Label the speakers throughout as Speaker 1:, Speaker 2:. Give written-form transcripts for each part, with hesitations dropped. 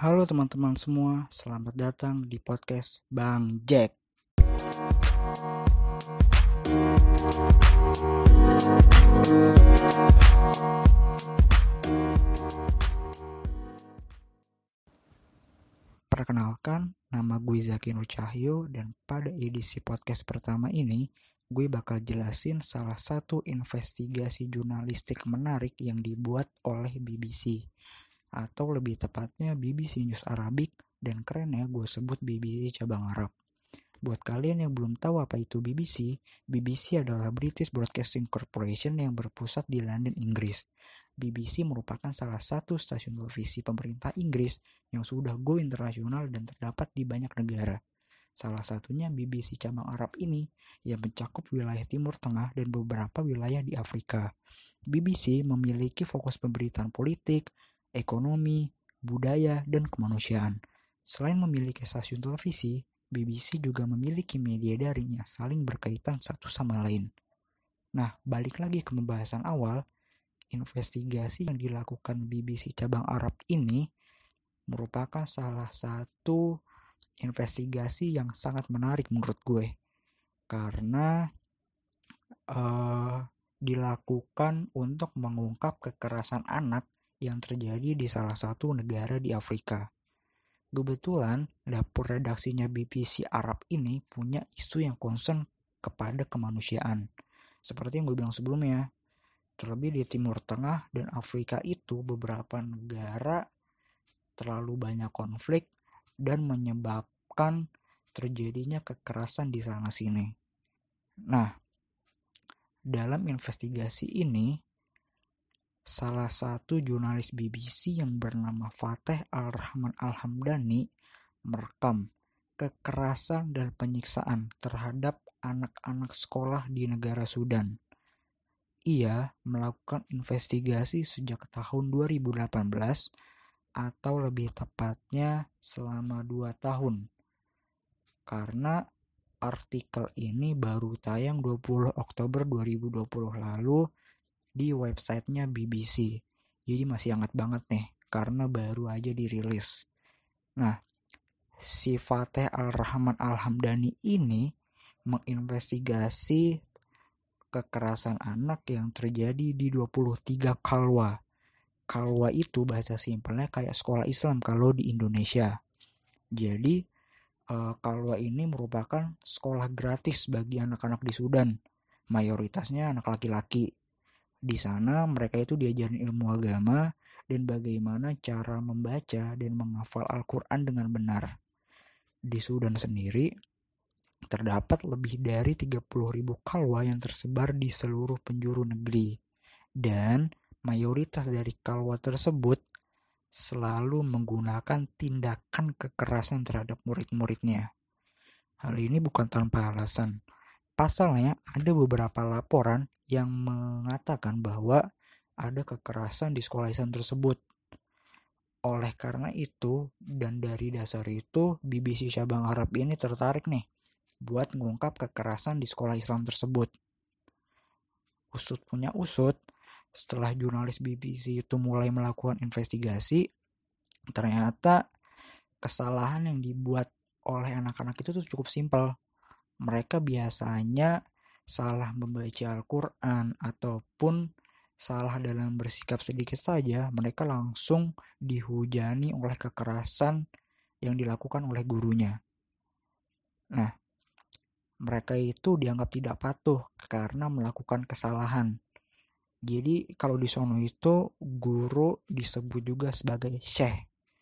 Speaker 1: Halo teman-teman semua, selamat datang di podcast Bang Jack. Perkenalkan, nama gue Zaki Nur Cahyo dan pada edisi podcast pertama ini, gue bakal jelasin salah satu investigasi jurnalistik menarik yang dibuat oleh BBC. Atau lebih tepatnya BBC News Arabic, dan kerennya gue sebut BBC cabang Arab. Buat kalian yang belum tahu apa itu BBC, BBC adalah British Broadcasting Corporation yang berpusat di London, Inggris. BBC merupakan salah satu stasiun televisi pemerintah Inggris yang sudah go internasional dan terdapat di banyak negara. Salah satunya BBC cabang Arab ini yang mencakup wilayah Timur Tengah dan beberapa wilayah di Afrika. BBC memiliki fokus pemberitaan politik, ekonomi, budaya, dan kemanusiaan. Selain memiliki stasiun televisi, BBC juga memiliki media daring yang saling berkaitan satu sama lain. Nah, balik lagi ke pembahasan awal, investigasi yang dilakukan BBC cabang Arab ini merupakan salah satu investigasi yang sangat menarik menurut gue. Karena dilakukan untuk mengungkap kekerasan anak yang terjadi di salah satu negara di Afrika. Kebetulan, dapur redaksinya BBC Arab ini punya isu yang concern kepada kemanusiaan. Seperti yang gue bilang sebelumnya, terlebih di Timur Tengah dan Afrika itu beberapa negara terlalu banyak konflik dan menyebabkan terjadinya kekerasan di sana-sini. Nah, dalam investigasi ini, salah satu jurnalis BBC yang bernama Fateh Al-Rahman Al-Hamdani merekam kekerasan dan penyiksaan terhadap anak-anak sekolah di negara Sudan. Ia melakukan investigasi sejak tahun 2018 atau lebih tepatnya selama 2 tahun. Karena artikel ini baru tayang 20 Oktober 2020 lalu di websitenya BBC. Jadi masih hangat banget nih, karena baru aja dirilis. Nah, si Fateh Al-Rahman Al-Hamdani ini menginvestigasi kekerasan anak yang terjadi di 23 Kalwa. Kalwa itu bahasa simpelnya kayak sekolah Islam kalau di Indonesia. Jadi, Kalwa ini merupakan sekolah gratis bagi anak-anak di Sudan. Mayoritasnya anak laki-laki. Di sana mereka itu diajarin ilmu agama dan bagaimana cara membaca dan menghafal Al-Quran dengan benar. Di Sudan sendiri, terdapat lebih dari 30.000 kalwa yang tersebar di seluruh penjuru negeri. Dan mayoritas dari kalwa tersebut selalu menggunakan tindakan kekerasan terhadap murid-muridnya. Hal ini bukan tanpa alasan. Pasalnya, ada beberapa laporan yang mengatakan bahwa ada kekerasan di sekolah Islam tersebut. Oleh karena itu, dan dari dasar itu, BBC cabang Arab ini tertarik nih buat mengungkap kekerasan di sekolah Islam tersebut. Usut punya usut, setelah jurnalis BBC itu mulai melakukan investigasi, ternyata kesalahan yang dibuat oleh anak-anak itu tuh cukup simpel. Mereka biasanya salah membaca Al-Quran ataupun salah dalam bersikap sedikit saja, mereka langsung dihujani oleh kekerasan yang dilakukan oleh gurunya. Nah, mereka itu dianggap tidak patuh karena melakukan kesalahan. Jadi kalau di sono itu guru disebut juga sebagai syekh.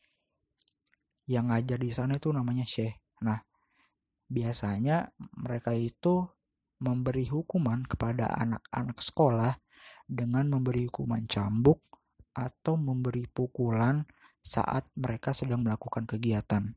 Speaker 1: Yang ngajar di sana itu namanya syekh. Nah, biasanya mereka itu memberi hukuman kepada anak-anak sekolah dengan memberi hukuman cambuk atau memberi pukulan saat mereka sedang melakukan kegiatan.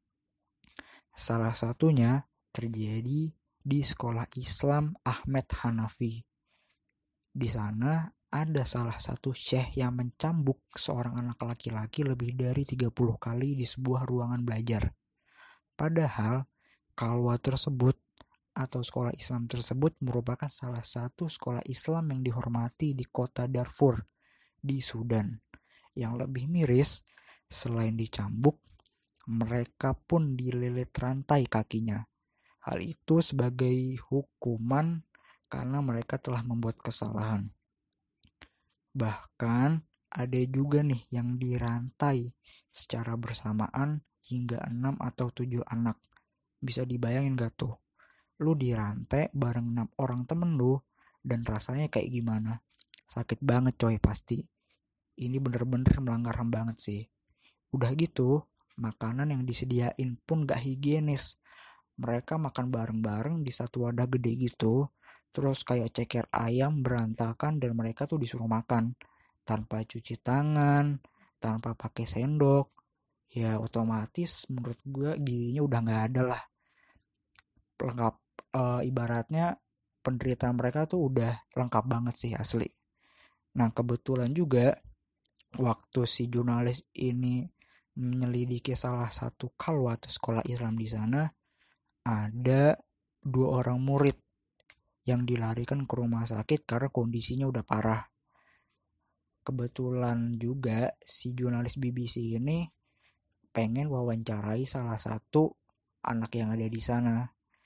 Speaker 1: Salah satunya terjadi di sekolah Islam Ahmed Hanafi. Di sana ada salah satu syekh yang mencambuk seorang anak laki-laki lebih dari 30 kali di sebuah ruangan belajar. Padahal kalwa tersebut atau sekolah Islam tersebut merupakan salah satu sekolah Islam yang dihormati di kota Darfur di Sudan. Yang lebih miris, Selain dicambuk, mereka pun dililit rantai kakinya. Hal itu sebagai hukuman karena mereka telah membuat kesalahan. Bahkan ada juga nih yang dirantai secara bersamaan hingga 6 atau 7 anak. Bisa dibayangin gak tuh? Lu dirantai bareng 6 orang temen lu dan rasanya kayak gimana? Sakit banget coy pasti. Ini bener-bener melanggar HAM banget sih. Udah gitu, makanan yang disediain pun gak higienis. Mereka makan bareng-bareng di satu wadah gede gitu. Terus kayak ceker ayam berantakan dan mereka tuh disuruh makan tanpa cuci tangan, tanpa pakai sendok. Ya otomatis menurut gue giginya udah gak ada lah. Lengkap, ibaratnya penderitaan mereka tuh udah lengkap banget sih asli. Nah kebetulan juga waktu si jurnalis ini menyelidiki salah satu kalwa atau sekolah Islam di sana, ada 2 orang murid yang dilarikan ke rumah sakit karena kondisinya udah parah. Kebetulan juga si jurnalis BBC ini pengen wawancarai salah satu anak yang ada di sana.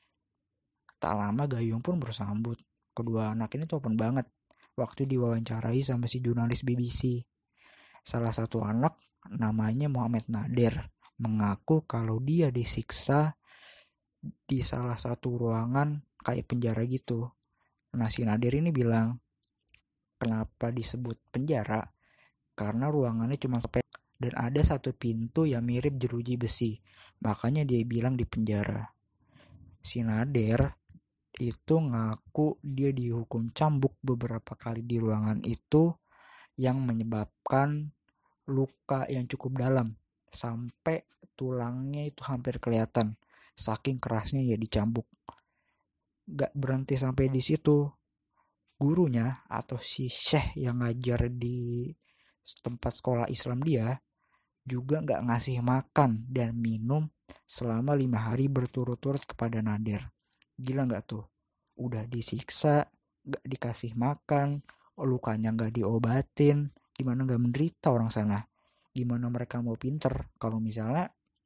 Speaker 1: Tak lama Gayung pun bersambut. Kedua anak ini tuh open banget waktu diwawancarai sama si jurnalis BBC. Salah satu anak namanya Muhammad Nadir mengaku kalau dia disiksa di salah satu ruangan kayak penjara gitu. Nah si Nadir ini bilang kenapa disebut penjara karena ruangannya cuma sepet dan ada satu pintu yang mirip jeruji besi, makanya dia bilang di penjara. Si Nadir itu ngaku dia dihukum cambuk beberapa kali di ruangan itu yang menyebabkan luka yang cukup dalam sampai tulangnya itu hampir kelihatan saking kerasnya ya dicambuk. Gak berhenti sampai di situ, gurunya atau si syekh yang ngajar di tempat sekolah Islam dia juga gak ngasih makan dan minum selama 5 hari berturut-turut kepada Nadir. Gila gak tuh? Udah disiksa, gak dikasih makan, lukanya gak diobatin, gimana gak menderita orang sana? Gimana mereka mau pinter kalau misalnya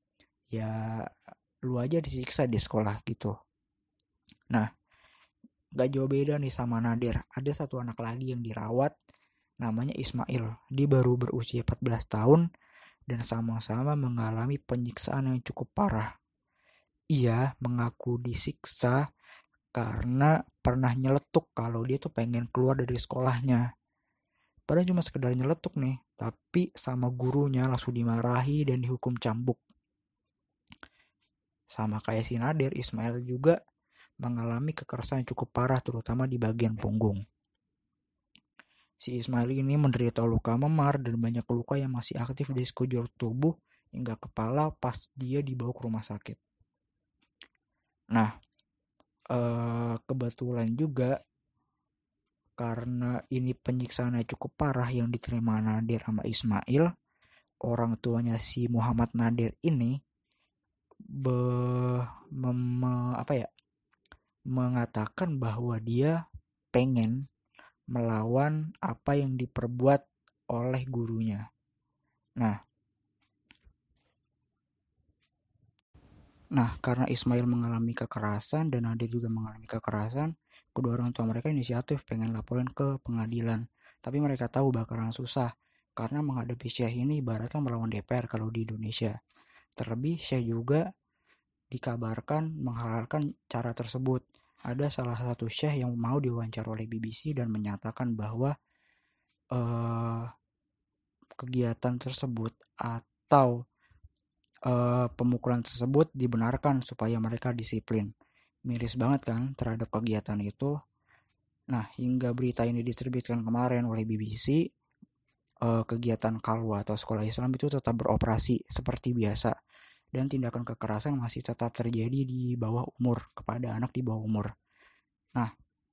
Speaker 1: ya lu aja disiksa di sekolah gitu. Nah gak jauh beda nih sama Nadir, ada satu anak lagi yang dirawat namanya Ismail. Dia baru berusia 14 tahun dan sama-sama mengalami penyiksaan yang cukup parah. Ia mengaku disiksa karena pernah nyeletuk kalau dia tuh pengen keluar dari sekolahnya. Padahal cuma sekedar nyeletuk nih, tapi sama gurunya langsung dimarahi dan dihukum cambuk. Sama kayak si Nadir, Ismail juga mengalami kekerasan yang cukup parah terutama di bagian punggung. Si Ismail ini menderita luka memar dan banyak luka yang masih aktif di sekujur tubuh hingga kepala pas dia dibawa ke rumah sakit. Nah, kebetulan juga karena ini penyiksaannya cukup parah yang diterima Nadir sama Ismail, orang tuanya si Muhammad Nadir ini mengatakan bahwa dia pengen melawan apa yang diperbuat oleh gurunya. Nah, karena Ismail mengalami kekerasan dan Nadir juga mengalami kekerasan, kedua orang tua mereka inisiatif pengen laporin ke pengadilan. Tapi mereka tahu bakalan susah, karena menghadapi Syekh ini ibaratnya melawan DPR kalau di Indonesia. Terlebih Syekh juga dikabarkan menghalalkan cara tersebut. Ada salah satu Syekh yang mau diwawancara oleh BBC dan menyatakan bahwa kegiatan tersebut atau pemukulan tersebut dibenarkan supaya mereka disiplin. Miris banget kan terhadap kegiatan itu. Nah, hingga berita ini diterbitkan kemarin oleh BBC, kegiatan kalwa atau sekolah Islam itu tetap beroperasi seperti biasa dan tindakan kekerasan masih tetap terjadi di bawah umur kepada anak di bawah umur. Nah,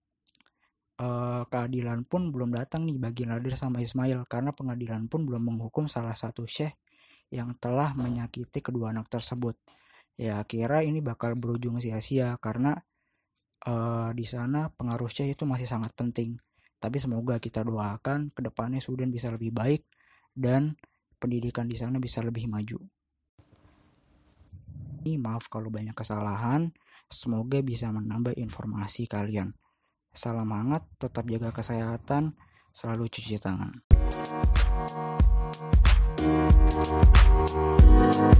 Speaker 1: keadilan pun belum datang nih bagi Nadir sama Ismail karena pengadilan pun belum menghukum salah satu syekh yang telah menyakiti kedua anak tersebut. Ya kira ini bakal berujung sia-sia karena di sana pengaruh Syekh itu masih sangat penting. Tapi semoga kita doakan kedepannya Sudan bisa lebih baik dan pendidikan di sana bisa lebih maju. Maaf kalau banyak kesalahan, semoga bisa menambah informasi kalian. Salam hangat, tetap jaga kesehatan, selalu cuci tangan.